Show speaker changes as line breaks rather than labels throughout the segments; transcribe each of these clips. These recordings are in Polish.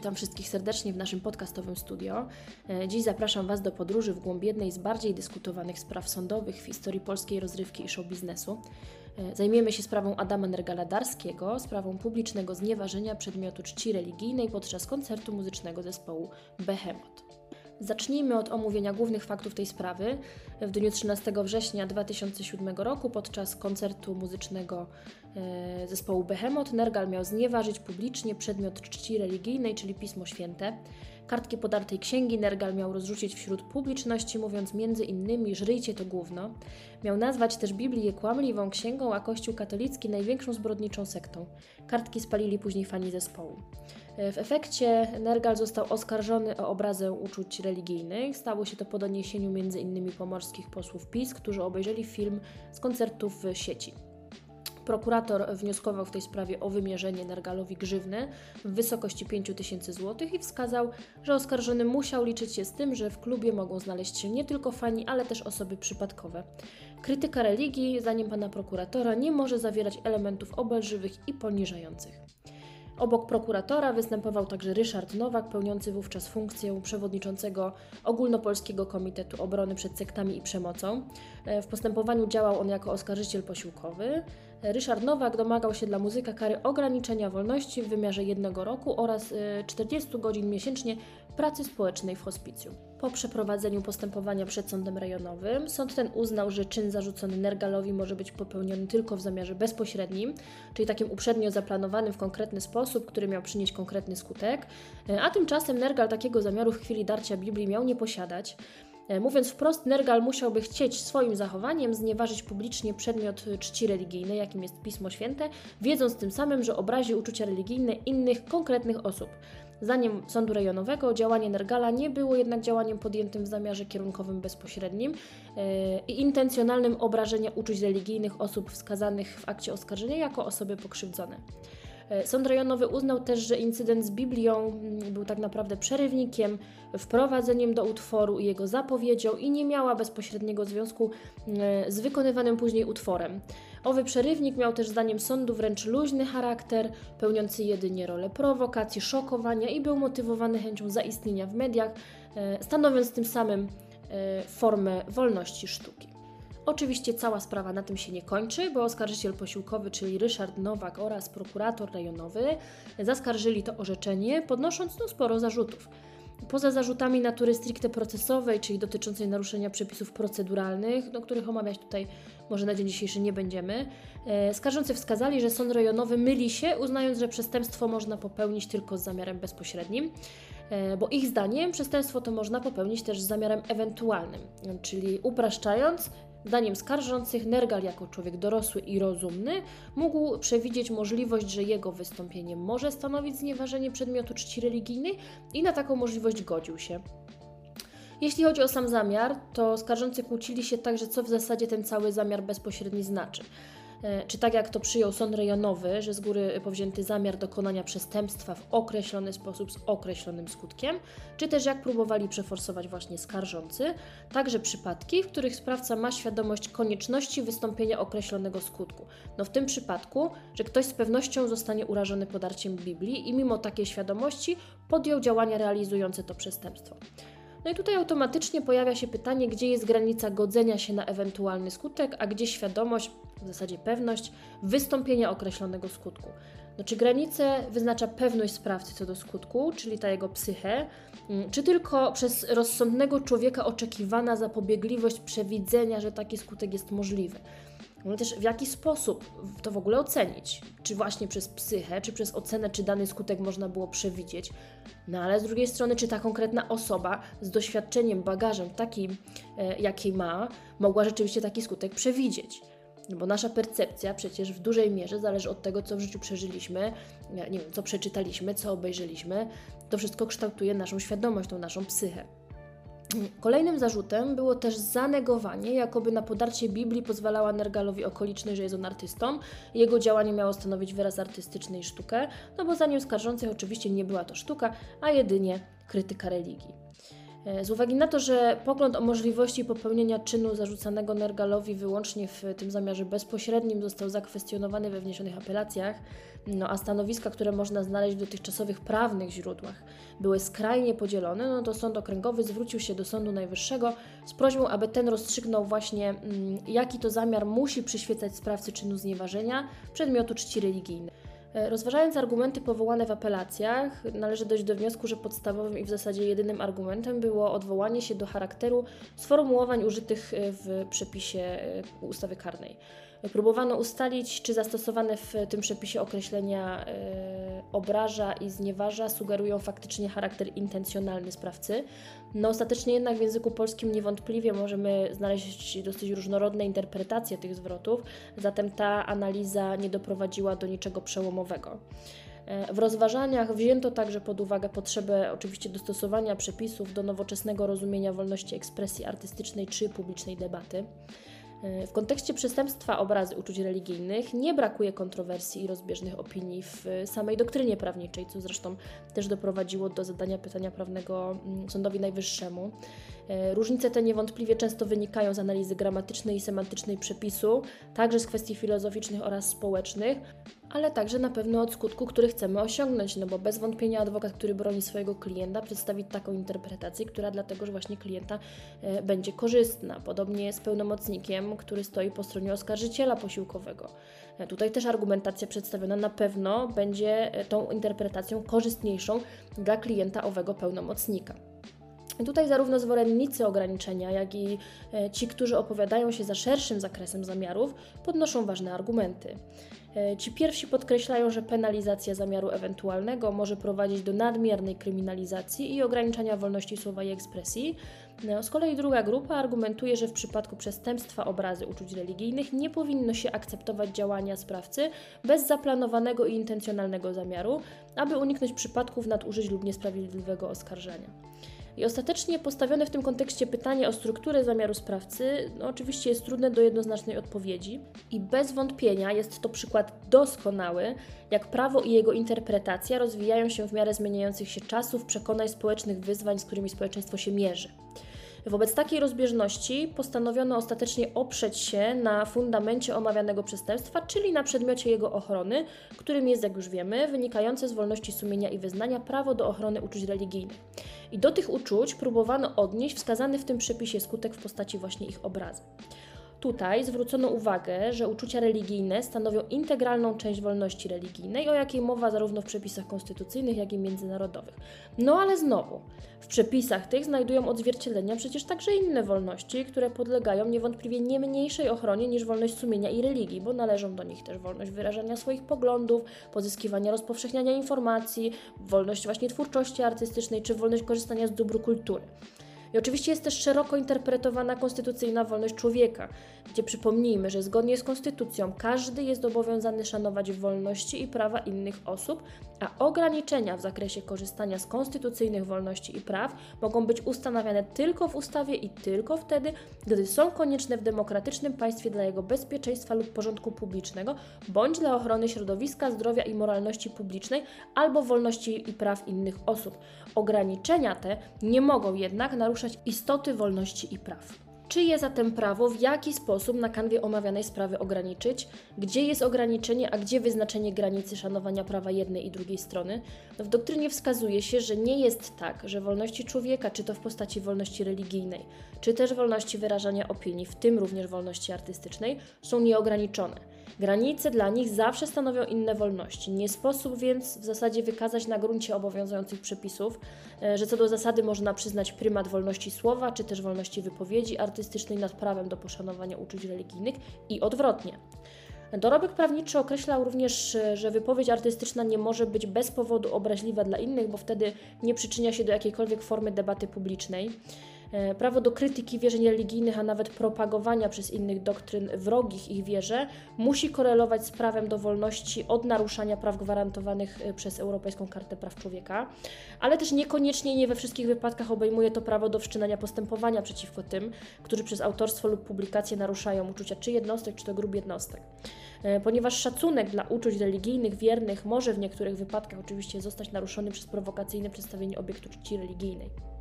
Witam wszystkich serdecznie w naszym podcastowym studio. Dziś zapraszam Was do podróży w głąb jednej z bardziej dyskutowanych spraw sądowych w historii polskiej rozrywki i show biznesu. Zajmiemy się sprawą Adama Nergala-Darskiego, sprawą publicznego znieważenia przedmiotu czci religijnej podczas koncertu muzycznego zespołu Behemoth. Zacznijmy od omówienia głównych faktów tej sprawy. W dniu 13 września 2007 roku podczas koncertu muzycznego zespołu Behemoth Nergal miał znieważyć publicznie przedmiot czci religijnej, czyli Pismo Święte. Kartki podartej księgi Nergal miał rozrzucić wśród publiczności, mówiąc między innymi: żryjcie to gówno. Miał nazwać też Biblię kłamliwą księgą, a Kościół katolicki największą zbrodniczą sektą. Kartki spalili później fani zespołu. W efekcie Nergal został oskarżony o obrazę uczuć religijnych. Stało się to po doniesieniu m.in. pomorskich posłów PiS, którzy obejrzeli film z koncertów w sieci. Prokurator wnioskował w tej sprawie o wymierzenie Nergalowi grzywny w wysokości 5000 zł i wskazał, że oskarżony musiał liczyć się z tym, że w klubie mogą znaleźć się nie tylko fani, ale też osoby przypadkowe. Krytyka religii, zdaniem pana prokuratora, nie może zawierać elementów obelżywych i poniżających. Obok prokuratora występował także Ryszard Nowak, pełniący wówczas funkcję przewodniczącego Ogólnopolskiego Komitetu Obrony przed Sektami i Przemocą. W postępowaniu działał on jako oskarżyciel posiłkowy. Ryszard Nowak domagał się dla muzyka kary ograniczenia wolności w wymiarze 1 roku oraz 40 godzin miesięcznie pracy społecznej w hospicjum. Po przeprowadzeniu postępowania przed sądem rejonowym sąd ten uznał, że czyn zarzucony Nergalowi może być popełniony tylko w zamiarze bezpośrednim, czyli takim uprzednio zaplanowanym w konkretny sposób, który miał przynieść konkretny skutek, a tymczasem Nergal takiego zamiaru w chwili darcia Biblii miał nie posiadać. Mówiąc wprost, Nergal musiałby chcieć swoim zachowaniem znieważyć publicznie przedmiot czci religijnej, jakim jest Pismo Święte, wiedząc tym samym, że obrazi uczucia religijne innych, konkretnych osób. Zdaniem sądu rejonowego działanie Nergala nie było jednak działaniem podjętym w zamiarze kierunkowym bezpośrednim i intencjonalnym obrażenia uczuć religijnych osób wskazanych w akcie oskarżenia jako osoby pokrzywdzone. Sąd rejonowy uznał też, że incydent z Biblią był tak naprawdę przerywnikiem, wprowadzeniem do utworu i jego zapowiedzią i nie miała bezpośredniego związku z wykonywanym później utworem. Owy przerywnik miał też zdaniem sądu wręcz luźny charakter, pełniący jedynie rolę prowokacji, szokowania i był motywowany chęcią zaistnienia w mediach, stanowiąc tym samym formę wolności sztuki. Oczywiście cała sprawa na tym się nie kończy, bo oskarżyciel posiłkowy, czyli Ryszard Nowak oraz prokurator rejonowy zaskarżyli to orzeczenie, podnosząc sporo zarzutów. Poza zarzutami natury stricte procesowej, czyli dotyczącej naruszenia przepisów proceduralnych, których omawiać tutaj może na dzień dzisiejszy nie będziemy, skarżący wskazali, że sąd rejonowy myli się, uznając, że przestępstwo można popełnić tylko z zamiarem bezpośrednim, bo ich zdaniem przestępstwo to można popełnić też z zamiarem ewentualnym, czyli upraszczając, zdaniem skarżących, Nergal jako człowiek dorosły i rozumny mógł przewidzieć możliwość, że jego wystąpienie może stanowić znieważenie przedmiotu czci religijnej i na taką możliwość godził się. Jeśli chodzi o sam zamiar, to skarżący kłócili się także, co w zasadzie ten cały zamiar bezpośredni znaczy. Czy tak jak to przyjął sąd rejonowy, że z góry powzięty zamiar dokonania przestępstwa w określony sposób z określonym skutkiem, czy też jak próbowali przeforsować właśnie skarżący, także przypadki, w których sprawca ma świadomość konieczności wystąpienia określonego skutku. W tym przypadku, że ktoś z pewnością zostanie urażony podarciem Biblii i mimo takiej świadomości podjął działania realizujące to przestępstwo. I tutaj automatycznie pojawia się pytanie, gdzie jest granica godzenia się na ewentualny skutek, a gdzie świadomość, w zasadzie pewność, wystąpienia określonego skutku. Czy granicę wyznacza pewność sprawcy co do skutku, czyli ta jego psychę, czy tylko przez rozsądnego człowieka oczekiwana zapobiegliwość przewidzenia, że taki skutek jest możliwy. No też w jaki sposób to w ogóle ocenić? Czy właśnie przez psychę, czy przez ocenę, czy dany skutek można było przewidzieć? Ale z drugiej strony, czy ta konkretna osoba z doświadczeniem, bagażem takim, jaki ma, mogła rzeczywiście taki skutek przewidzieć? Bo nasza percepcja przecież w dużej mierze zależy od tego, co w życiu przeżyliśmy, nie wiem, co przeczytaliśmy, co obejrzeliśmy. To wszystko kształtuje naszą świadomość, tą naszą psychę. Kolejnym zarzutem było też zanegowanie, jakoby na podarcie Biblii pozwalała Nergalowi okoliczność, że jest on artystą. Jego działanie miało stanowić wyraz artystyczny i sztukę, bo zdaniem skarżących oczywiście nie była to sztuka, a jedynie krytyka religii. Z uwagi na to, że pogląd o możliwości popełnienia czynu zarzucanego Nergalowi wyłącznie w tym zamiarze bezpośrednim został zakwestionowany we wniesionych apelacjach, a stanowiska, które można znaleźć w dotychczasowych prawnych źródłach, były skrajnie podzielone, to Sąd Okręgowy zwrócił się do Sądu Najwyższego z prośbą, aby ten rozstrzygnął właśnie, jaki to zamiar musi przyświecać sprawcy czynu znieważenia przedmiotu czci religijnej. Rozważając argumenty powołane w apelacjach, należy dojść do wniosku, że podstawowym i w zasadzie jedynym argumentem było odwołanie się do charakteru sformułowań użytych w przepisie ustawy karnej. Próbowano ustalić, czy zastosowane w tym przepisie określenia obraża i znieważa sugerują faktycznie charakter intencjonalny sprawcy. Ostatecznie jednak w języku polskim niewątpliwie możemy znaleźć dosyć różnorodne interpretacje tych zwrotów, zatem ta analiza nie doprowadziła do niczego przełomowego. W rozważaniach wzięto także pod uwagę potrzebę oczywiście dostosowania przepisów do nowoczesnego rozumienia wolności ekspresji artystycznej czy publicznej debaty. W kontekście przestępstwa obrazy uczuć religijnych nie brakuje kontrowersji i rozbieżnych opinii w samej doktrynie prawniczej, co zresztą też doprowadziło do zadania pytania prawnego Sądowi Najwyższemu. Różnice te niewątpliwie często wynikają z analizy gramatycznej i semantycznej przepisu, także z kwestii filozoficznych oraz społecznych, ale także na pewno od skutku, który chcemy osiągnąć, bo bez wątpienia adwokat, który broni swojego klienta, przedstawi taką interpretację, która dla tegoż właśnie klienta będzie korzystna. Podobnie z pełnomocnikiem, który stoi po stronie oskarżyciela posiłkowego. Tutaj też argumentacja przedstawiona na pewno będzie tą interpretacją korzystniejszą dla klienta owego pełnomocnika. Tutaj zarówno zwolennicy ograniczenia, jak i ci, którzy opowiadają się za szerszym zakresem zamiarów, podnoszą ważne argumenty. Ci pierwsi podkreślają, że penalizacja zamiaru ewentualnego może prowadzić do nadmiernej kryminalizacji i ograniczania wolności słowa i ekspresji. Z kolei druga grupa argumentuje, że w przypadku przestępstwa obrazy uczuć religijnych nie powinno się akceptować działania sprawcy bez zaplanowanego i intencjonalnego zamiaru, aby uniknąć przypadków nadużyć lub niesprawiedliwego oskarżenia. I ostatecznie postawione w tym kontekście pytanie o strukturę zamiaru sprawcy oczywiście jest trudne do jednoznacznej odpowiedzi i bez wątpienia jest to przykład doskonały, jak prawo i jego interpretacja rozwijają się w miarę zmieniających się czasów, przekonań społecznych, wyzwań, z którymi społeczeństwo się mierzy. Wobec takiej rozbieżności postanowiono ostatecznie oprzeć się na fundamencie omawianego przestępstwa, czyli na przedmiocie jego ochrony, którym jest, jak już wiemy, wynikające z wolności sumienia i wyznania prawo do ochrony uczuć religijnych. I do tych uczuć próbowano odnieść wskazany w tym przepisie skutek w postaci właśnie ich obrazy. Tutaj zwrócono uwagę, że uczucia religijne stanowią integralną część wolności religijnej, o jakiej mowa zarówno w przepisach konstytucyjnych, jak i międzynarodowych. Ale znowu, w przepisach tych znajdują odzwierciedlenia przecież także inne wolności, które podlegają niewątpliwie nie mniejszej ochronie niż wolność sumienia i religii, bo należą do nich też wolność wyrażania swoich poglądów, pozyskiwania, rozpowszechniania informacji, wolność właśnie twórczości artystycznej, czy wolność korzystania z dóbr kultury. I oczywiście jest też szeroko interpretowana konstytucyjna wolność człowieka, gdzie przypomnijmy, że zgodnie z konstytucją każdy jest obowiązany szanować wolności i prawa innych osób, a ograniczenia w zakresie korzystania z konstytucyjnych wolności i praw mogą być ustanawiane tylko w ustawie i tylko wtedy, gdy są konieczne w demokratycznym państwie dla jego bezpieczeństwa lub porządku publicznego, bądź dla ochrony środowiska, zdrowia i moralności publicznej, albo wolności i praw innych osób. Ograniczenia te nie mogą jednak naruszać istoty wolności i praw. Czyje zatem prawo, w jaki sposób na kanwie omawianej sprawy ograniczyć, gdzie jest ograniczenie, a gdzie wyznaczenie granicy szanowania prawa jednej i drugiej strony? W doktrynie wskazuje się, że nie jest tak, że wolności człowieka, czy to w postaci wolności religijnej, czy też wolności wyrażania opinii, w tym również wolności artystycznej, są nieograniczone. Granice dla nich zawsze stanowią inne wolności. Nie sposób więc w zasadzie wykazać na gruncie obowiązujących przepisów, że co do zasady można przyznać prymat wolności słowa, czy też wolności wypowiedzi artystycznej nad prawem do poszanowania uczuć religijnych i odwrotnie. Dorobek prawniczy określał również, że wypowiedź artystyczna nie może być bez powodu obraźliwa dla innych, bo wtedy nie przyczynia się do jakiejkolwiek formy debaty publicznej. Prawo do krytyki wierzeń religijnych, a nawet propagowania przez innych doktryn wrogich ich wierze musi korelować z prawem do wolności od naruszania praw gwarantowanych przez Europejską Kartę Praw Człowieka, ale też niekoniecznie i nie we wszystkich wypadkach obejmuje to prawo do wszczynania postępowania przeciwko tym, którzy przez autorstwo lub publikację naruszają uczucia czy jednostek, czy to grup jednostek. Ponieważ szacunek dla uczuć religijnych wiernych może w niektórych wypadkach oczywiście zostać naruszony przez prowokacyjne przedstawienie obiektu czci religijnej.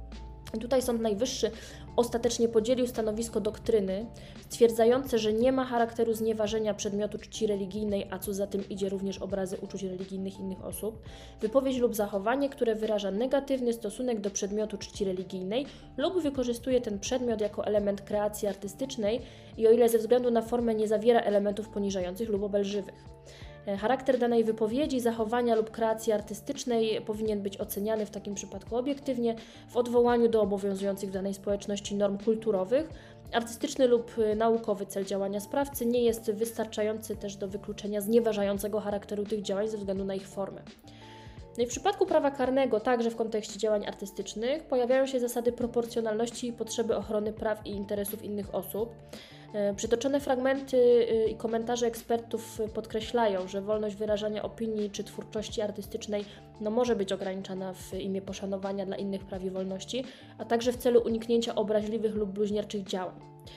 Tutaj Sąd Najwyższy ostatecznie podzielił stanowisko doktryny, stwierdzające, że nie ma charakteru znieważenia przedmiotu czci religijnej, a co za tym idzie również obrazy uczuć religijnych innych osób, wypowiedź lub zachowanie, które wyraża negatywny stosunek do przedmiotu czci religijnej lub wykorzystuje ten przedmiot jako element kreacji artystycznej i o ile ze względu na formę nie zawiera elementów poniżających lub obelżywych. Charakter danej wypowiedzi, zachowania lub kreacji artystycznej powinien być oceniany w takim przypadku obiektywnie w odwołaniu do obowiązujących w danej społeczności norm kulturowych. Artystyczny lub naukowy cel działania sprawcy nie jest wystarczający też do wykluczenia znieważającego charakteru tych działań ze względu na ich formę. No i w przypadku prawa karnego, także w kontekście działań artystycznych, pojawiają się zasady proporcjonalności i potrzeby ochrony praw i interesów innych osób. Przytoczone fragmenty i komentarze ekspertów podkreślają, że wolność wyrażania opinii czy twórczości artystycznej może być ograniczana w imię poszanowania dla innych praw i wolności, a także w celu uniknięcia obraźliwych lub bluźnierczych działań.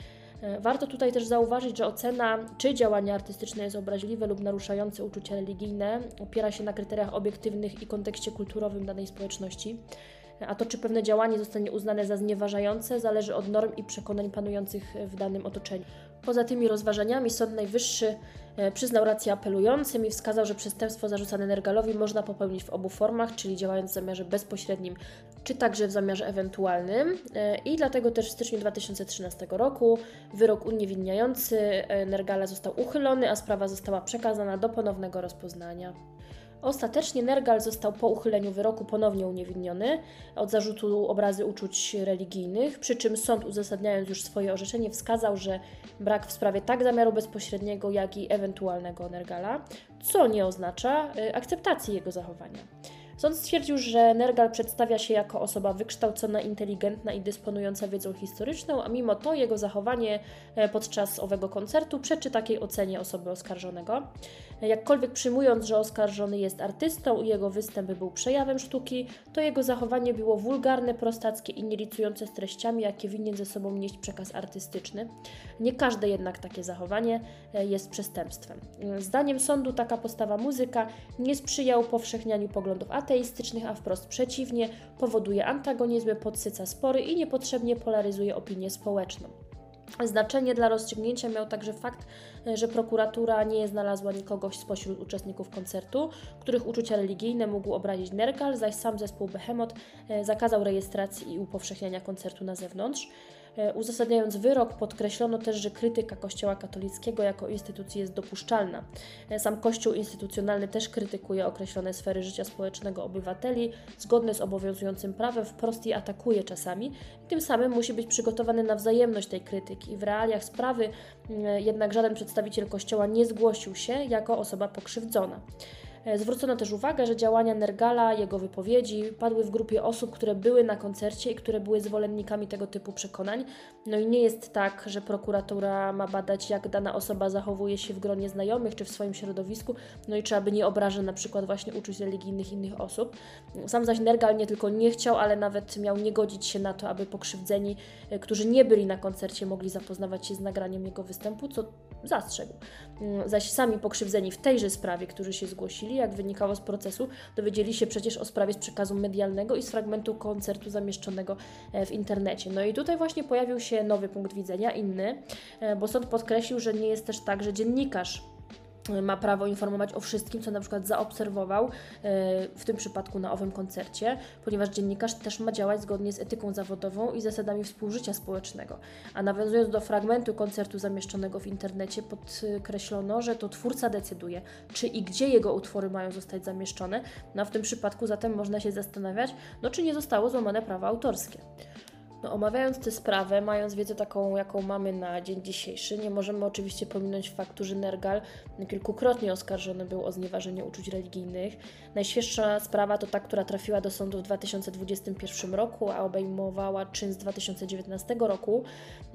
Warto tutaj też zauważyć, że ocena, czy działanie artystyczne jest obraźliwe lub naruszające uczucia religijne, opiera się na kryteriach obiektywnych i kontekście kulturowym danej społeczności. A to, czy pewne działanie zostanie uznane za znieważające, zależy od norm i przekonań panujących w danym otoczeniu. Poza tymi rozważaniami Sąd Najwyższy przyznał rację apelującym i wskazał, że przestępstwo zarzucane Nergalowi można popełnić w obu formach, czyli działając w zamiarze bezpośrednim, czy także w zamiarze ewentualnym. I dlatego też w styczniu 2013 roku wyrok uniewinniający Nergala został uchylony, a sprawa została przekazana do ponownego rozpoznania. Ostatecznie Nergal został po uchyleniu wyroku ponownie uniewinniony od zarzutu obrazy uczuć religijnych, przy czym sąd, uzasadniając już swoje orzeczenie, wskazał, że brak w sprawie tak zamiaru bezpośredniego, jak i ewentualnego Nergala, co nie oznacza akceptacji jego zachowania. Sąd stwierdził, że Nergal przedstawia się jako osoba wykształcona, inteligentna i dysponująca wiedzą historyczną, a mimo to jego zachowanie podczas owego koncertu przeczy takiej ocenie osoby oskarżonego. Jakkolwiek przyjmując, że oskarżony jest artystą i jego występ był przejawem sztuki, to jego zachowanie było wulgarne, prostackie i nielicujące z treściami, jakie winien ze sobą nieść przekaz artystyczny. Nie każde jednak takie zachowanie jest przestępstwem. Zdaniem sądu taka postawa muzyka nie sprzyja upowszechnianiu poglądów ateistycznych, a wprost przeciwnie, powoduje antagonizmy, podsyca spory i niepotrzebnie polaryzuje opinię społeczną. Znaczenie dla rozstrzygnięcia miał także fakt, że prokuratura nie znalazła nikogo spośród uczestników koncertu, których uczucia religijne mógł obrazić Nergal, zaś sam zespół Behemoth zakazał rejestracji i upowszechniania koncertu na zewnątrz. Uzasadniając wyrok, podkreślono też, że krytyka Kościoła katolickiego jako instytucji jest dopuszczalna. Sam Kościół instytucjonalny też krytykuje określone sfery życia społecznego obywateli, zgodne z obowiązującym prawem, wprost je atakuje czasami. Tym samym musi być przygotowany na wzajemność tej krytyki. W realiach sprawy jednak żaden przedstawiciel Kościoła nie zgłosił się jako osoba pokrzywdzona. Zwrócono też uwagę, że działania Nergala, jego wypowiedzi padły w grupie osób, które były na koncercie i które były zwolennikami tego typu przekonań. No i nie jest tak, że prokuratura ma badać, jak dana osoba zachowuje się w gronie znajomych czy w swoim środowisku, no i czy aby nie obraża na przykład właśnie uczuć religijnych innych osób. Sam zaś Nergal nie tylko nie chciał, ale nawet miał nie godzić się na to, aby pokrzywdzeni, którzy nie byli na koncercie, mogli zapoznawać się z nagraniem jego występu, co zastrzegł. Zaś sami pokrzywdzeni w tejże sprawie, którzy się zgłosili, jak wynikało z procesu, dowiedzieli się przecież o sprawie z przekazu medialnego i z fragmentu koncertu zamieszczonego w internecie. No i tutaj właśnie pojawił się nowy punkt widzenia, inny, bo sąd podkreślił, że nie jest też tak, że dziennikarz ma prawo informować o wszystkim, co na przykład zaobserwował w tym przypadku na owym koncercie, ponieważ dziennikarz też ma działać zgodnie z etyką zawodową i zasadami współżycia społecznego. A nawiązując do fragmentu koncertu zamieszczonego w internecie, podkreślono, że to twórca decyduje, czy i gdzie jego utwory mają zostać zamieszczone. No a w tym przypadku zatem można się zastanawiać, czy nie zostało złamane prawo autorskie. Omawiając tę sprawę, mając wiedzę taką, jaką mamy na dzień dzisiejszy, nie możemy oczywiście pominąć faktu, że Nergal kilkukrotnie oskarżony był o znieważenie uczuć religijnych. Najświeższa sprawa to ta, która trafiła do sądu w 2021 roku, a obejmowała czyn z 2019 roku,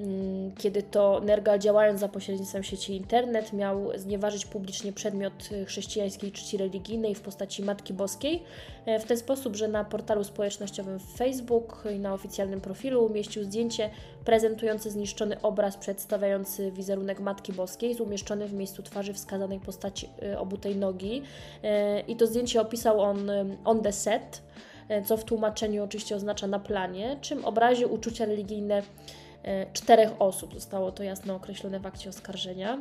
kiedy to Nergal, działając za pośrednictwem sieci internet, miał znieważyć publicznie przedmiot chrześcijańskiej czci religijnej w postaci Matki Boskiej, w ten sposób, że na portalu społecznościowym Facebook i na oficjalnym profilu umieścił zdjęcie prezentujące zniszczony obraz przedstawiający wizerunek Matki Boskiej, umieszczony w miejscu twarzy wskazanej postaci obutej nogi. I to zdjęcie opisał on the set. co w tłumaczeniu oczywiście oznacza na planie, czym obraził uczucia religijne 4 osób. Zostało to jasno określone w akcie oskarżenia.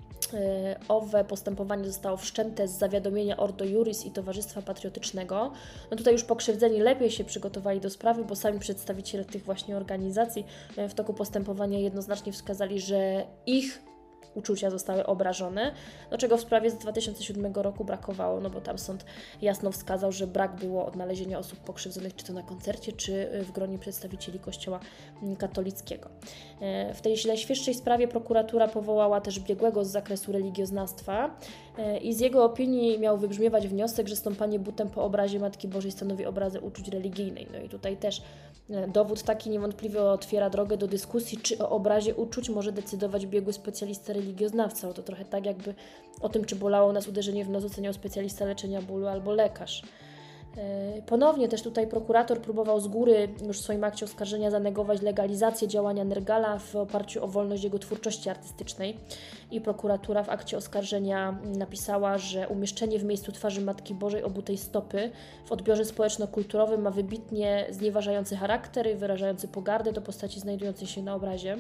Owe postępowanie zostało wszczęte z zawiadomienia Ordo Iuris i Towarzystwa Patriotycznego. No tutaj już pokrzywdzeni lepiej się przygotowali do sprawy, bo sami przedstawiciele tych właśnie organizacji w toku postępowania jednoznacznie wskazali, że ich uczucia zostały obrażone, do czego w sprawie z 2007 roku brakowało, no bo tam sąd jasno wskazał, że brak było odnalezienia osób pokrzywdzonych czy to na koncercie, czy w gronie przedstawicieli Kościoła katolickiego. W tej najświeższej sprawie prokuratura powołała też biegłego z zakresu religioznawstwa i z jego opinii miał wybrzmiewać wniosek, że stąpanie butem po obrazie Matki Bożej stanowi obrazę uczuć religijnej. No i tutaj też dowód taki niewątpliwie otwiera drogę do dyskusji, czy o obrazie uczuć może decydować biegły specjalista religioznawca. No to trochę tak, jakby o tym, czy bolało nas uderzenie w nos, oceniał specjalista leczenia bólu albo lekarz. Ponownie też tutaj prokurator próbował z góry już w swoim akcie oskarżenia zanegować legalizację działania Nergala w oparciu o wolność jego twórczości artystycznej i prokuratura w akcie oskarżenia napisała, że umieszczenie w miejscu twarzy Matki Bożej obutej stopy w odbiorze społeczno-kulturowym ma wybitnie znieważający charakter i wyrażający pogardę do postaci znajdującej się na obrazie.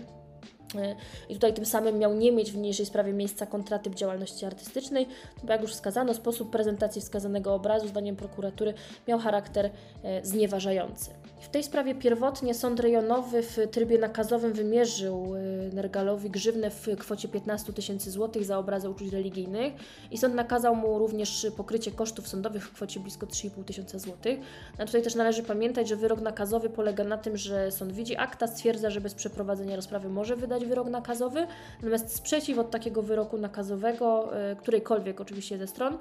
I tutaj tym samym miał nie mieć w niniejszej sprawie miejsca kontratyp działalności artystycznej, bo jak już wskazano, sposób prezentacji wskazanego obrazu zdaniem prokuratury miał charakter znieważający. W tej sprawie pierwotnie sąd rejonowy w trybie nakazowym wymierzył Nergalowi grzywnę w kwocie 15 000 złotych za obrazy uczuć religijnych i sąd nakazał mu również pokrycie kosztów sądowych w kwocie blisko 3,5 tysiąca złotych. A tutaj też należy pamiętać, że wyrok nakazowy polega na tym, że sąd widzi akta, stwierdza, że bez przeprowadzenia rozprawy może wydać wyrok nakazowy, natomiast sprzeciw od takiego wyroku nakazowego, którejkolwiek oczywiście ze stron,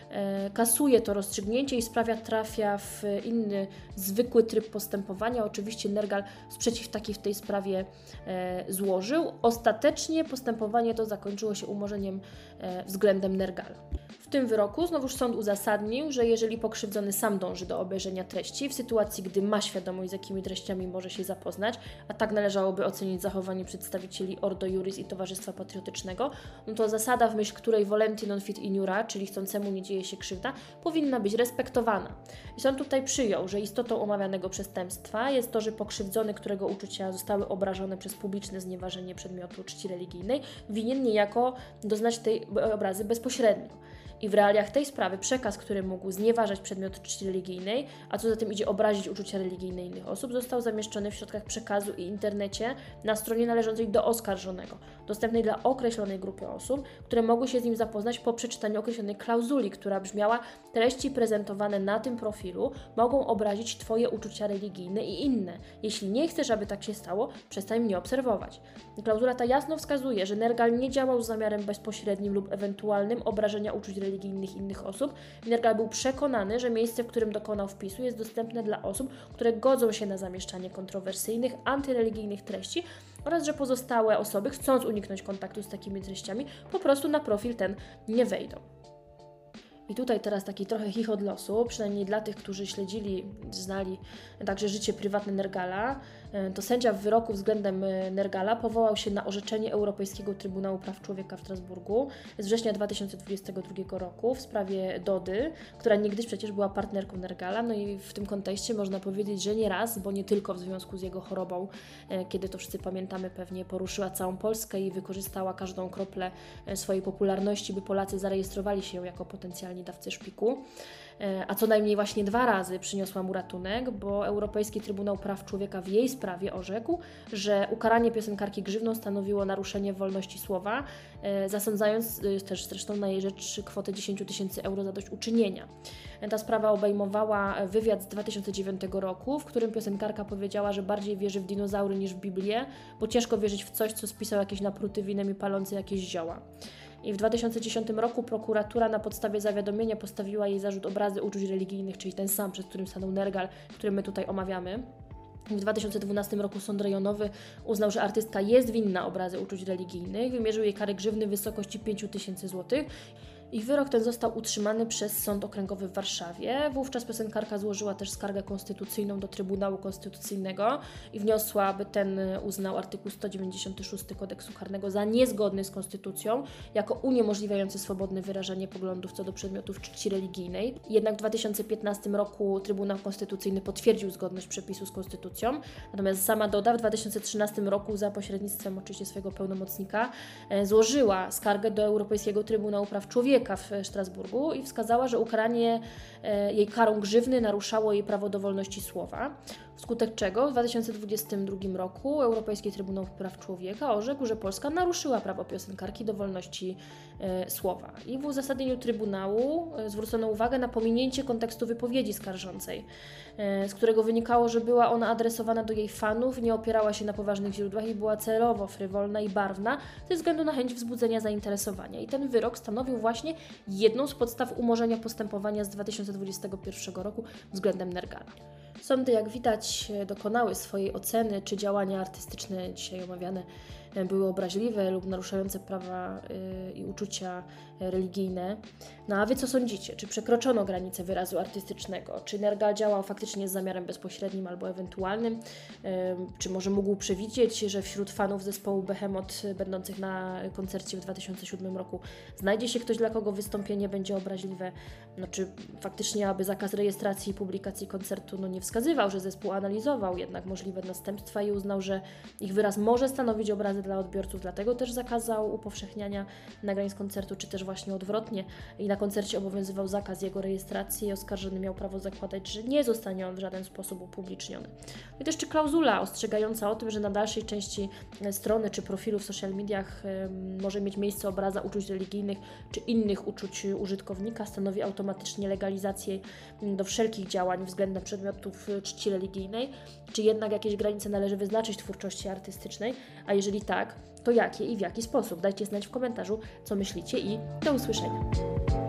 kasuje to rozstrzygnięcie i sprawia trafia w inny, zwykły tryb postępowania. Oczywiście Nergal sprzeciw taki w tej sprawie złożył. Ostatecznie postępowanie to zakończyło się umorzeniem względem Nergala. W tym wyroku znowuż sąd uzasadnił, że jeżeli pokrzywdzony sam dąży do obejrzenia treści, w sytuacji gdy ma świadomość, z jakimi treściami może się zapoznać, a tak należałoby ocenić zachowanie przedstawicieli Ordo Iuris i Towarzystwa Patriotycznego, no to zasada, w myśl której volenti non fit iura, czyli chcącemu nie dzieje się krzywda, powinna być respektowana. I sąd tutaj przyjął, że istotą omawianego przestępstwa jest to, że pokrzywdzony, którego uczucia zostały obrażone przez publiczne znieważenie przedmiotu czci religijnej, winien niejako doznać tej obrazy bezpośrednio. I w realiach tej sprawy przekaz, który mógł znieważać przedmiot czci religijnej, a co za tym idzie obrazić uczucia religijne innych osób, został zamieszczony w środkach przekazu i internecie na stronie należącej do oskarżonego, dostępnej dla określonej grupy osób, które mogły się z nim zapoznać po przeczytaniu określonej klauzuli, która brzmiała: treści prezentowane na tym profilu mogą obrazić Twoje uczucia religijne i inne. Jeśli nie chcesz, aby tak się stało, przestań mnie obserwować. Klauzula ta jasno wskazuje, że Nergal nie działał z zamiarem bezpośrednim lub ewentualnym obrażenia uczuć religijnych innych osób. Nergal był przekonany, że miejsce, w którym dokonał wpisu, jest dostępne dla osób, które godzą się na zamieszczanie kontrowersyjnych, antyreligijnych treści oraz że pozostałe osoby, chcąc uniknąć kontaktu z takimi treściami, po prostu na profil ten nie wejdą. I tutaj teraz taki trochę chichot losu, przynajmniej dla tych, którzy śledzili, znali także życie prywatne Nergala, to sędzia w wyroku względem Nergala powołał się na orzeczenie Europejskiego Trybunału Praw Człowieka w Strasburgu z września 2022 roku w sprawie Dody, która niegdyś przecież była partnerką Nergala. No i w tym kontekście można powiedzieć, że nie raz, bo nie tylko w związku z jego chorobą, kiedy to wszyscy pamiętamy pewnie, poruszyła całą Polskę i wykorzystała każdą kroplę swojej popularności, by Polacy zarejestrowali się jako potencjalni dawcy szpiku, a co najmniej właśnie 2 razy przyniosła mu ratunek, bo Europejski Trybunał Praw Człowieka w jej sprawie orzekł, że ukaranie piosenkarki grzywną stanowiło naruszenie wolności słowa, zasądzając też zresztą na jej rzecz kwotę 10 000 euro zadośćuczynienia. Ta sprawa obejmowała wywiad z 2009 roku, w którym piosenkarka powiedziała, że bardziej wierzy w dinozaury niż w Biblię, bo ciężko wierzyć w coś, co spisał jakieś napruty winem i palący jakieś zioła. I w 2010 roku prokuratura na podstawie zawiadomienia postawiła jej zarzut obrazy uczuć religijnych, czyli ten sam, przed którym stanął Nergal, który my tutaj omawiamy. W 2012 roku sąd rejonowy uznał, że artystka jest winna obrazy uczuć religijnych, wymierzył jej karę grzywny w wysokości 5 000 złotych I wyrok ten został utrzymany przez Sąd Okręgowy w Warszawie. Wówczas piosenkarka złożyła też skargę konstytucyjną do Trybunału Konstytucyjnego i wniosła, aby ten uznał artykuł 196 Kodeksu Karnego za niezgodny z konstytucją, jako uniemożliwiający swobodne wyrażanie poglądów co do przedmiotów czci religijnej. Jednak w 2015 roku Trybunał Konstytucyjny potwierdził zgodność przepisu z konstytucją, natomiast sama Doda w 2013 roku za pośrednictwem oczywiście swojego pełnomocnika złożyła skargę do Europejskiego Trybunału Praw Człowieka w Strasburgu i wskazała, że ukaranie jej karą grzywny naruszało jej prawo do wolności słowa. Wskutek czego w 2022 roku Europejski Trybunał Praw Człowieka orzekł, że Polska naruszyła prawo piosenkarki do wolności słowa. I w uzasadnieniu Trybunału zwrócono uwagę na pominięcie kontekstu wypowiedzi skarżącej, z którego wynikało, że była ona adresowana do jej fanów, nie opierała się na poważnych źródłach i była celowo frywolna i barwna ze względu na chęć wzbudzenia zainteresowania. I ten wyrok stanowił właśnie jedną z podstaw umorzenia postępowania z 2021 roku względem Nergala. Sądy, jak widać, dokonały swojej oceny, czy działania artystyczne dzisiaj omawiane były obraźliwe lub naruszające prawa i uczucia religijne. No a Wy co sądzicie? Czy przekroczono granicę wyrazu artystycznego? Czy Nergal działał faktycznie z zamiarem bezpośrednim albo ewentualnym? Czy może mógł przewidzieć, że wśród fanów zespołu Behemoth będących na koncercie w 2007 roku znajdzie się ktoś, dla kogo wystąpienie będzie obraźliwe? No, czy faktycznie, aby zakaz rejestracji i publikacji koncertu nie wskazywał, że zespół analizował jednak możliwe następstwa i uznał, że ich wyraz może stanowić obrazę dla odbiorców, dlatego też zakazał upowszechniania nagrań z koncertu, czy też właśnie odwrotnie i na koncercie obowiązywał zakaz jego rejestracji i oskarżony miał prawo zakładać, że nie zostanie on w żaden sposób upubliczniony. No i też czy klauzula ostrzegająca o tym, że na dalszej części strony czy profilu w social mediach może mieć miejsce obraza uczuć religijnych czy innych uczuć użytkownika, stanowi automatycznie legalizację do wszelkich działań względem przedmiotów czci religijnej, czy jednak jakieś granice należy wyznaczyć twórczości artystycznej, a jeżeli tak, to jakie i w jaki sposób? Dajcie znać w komentarzu, co myślicie i do usłyszenia.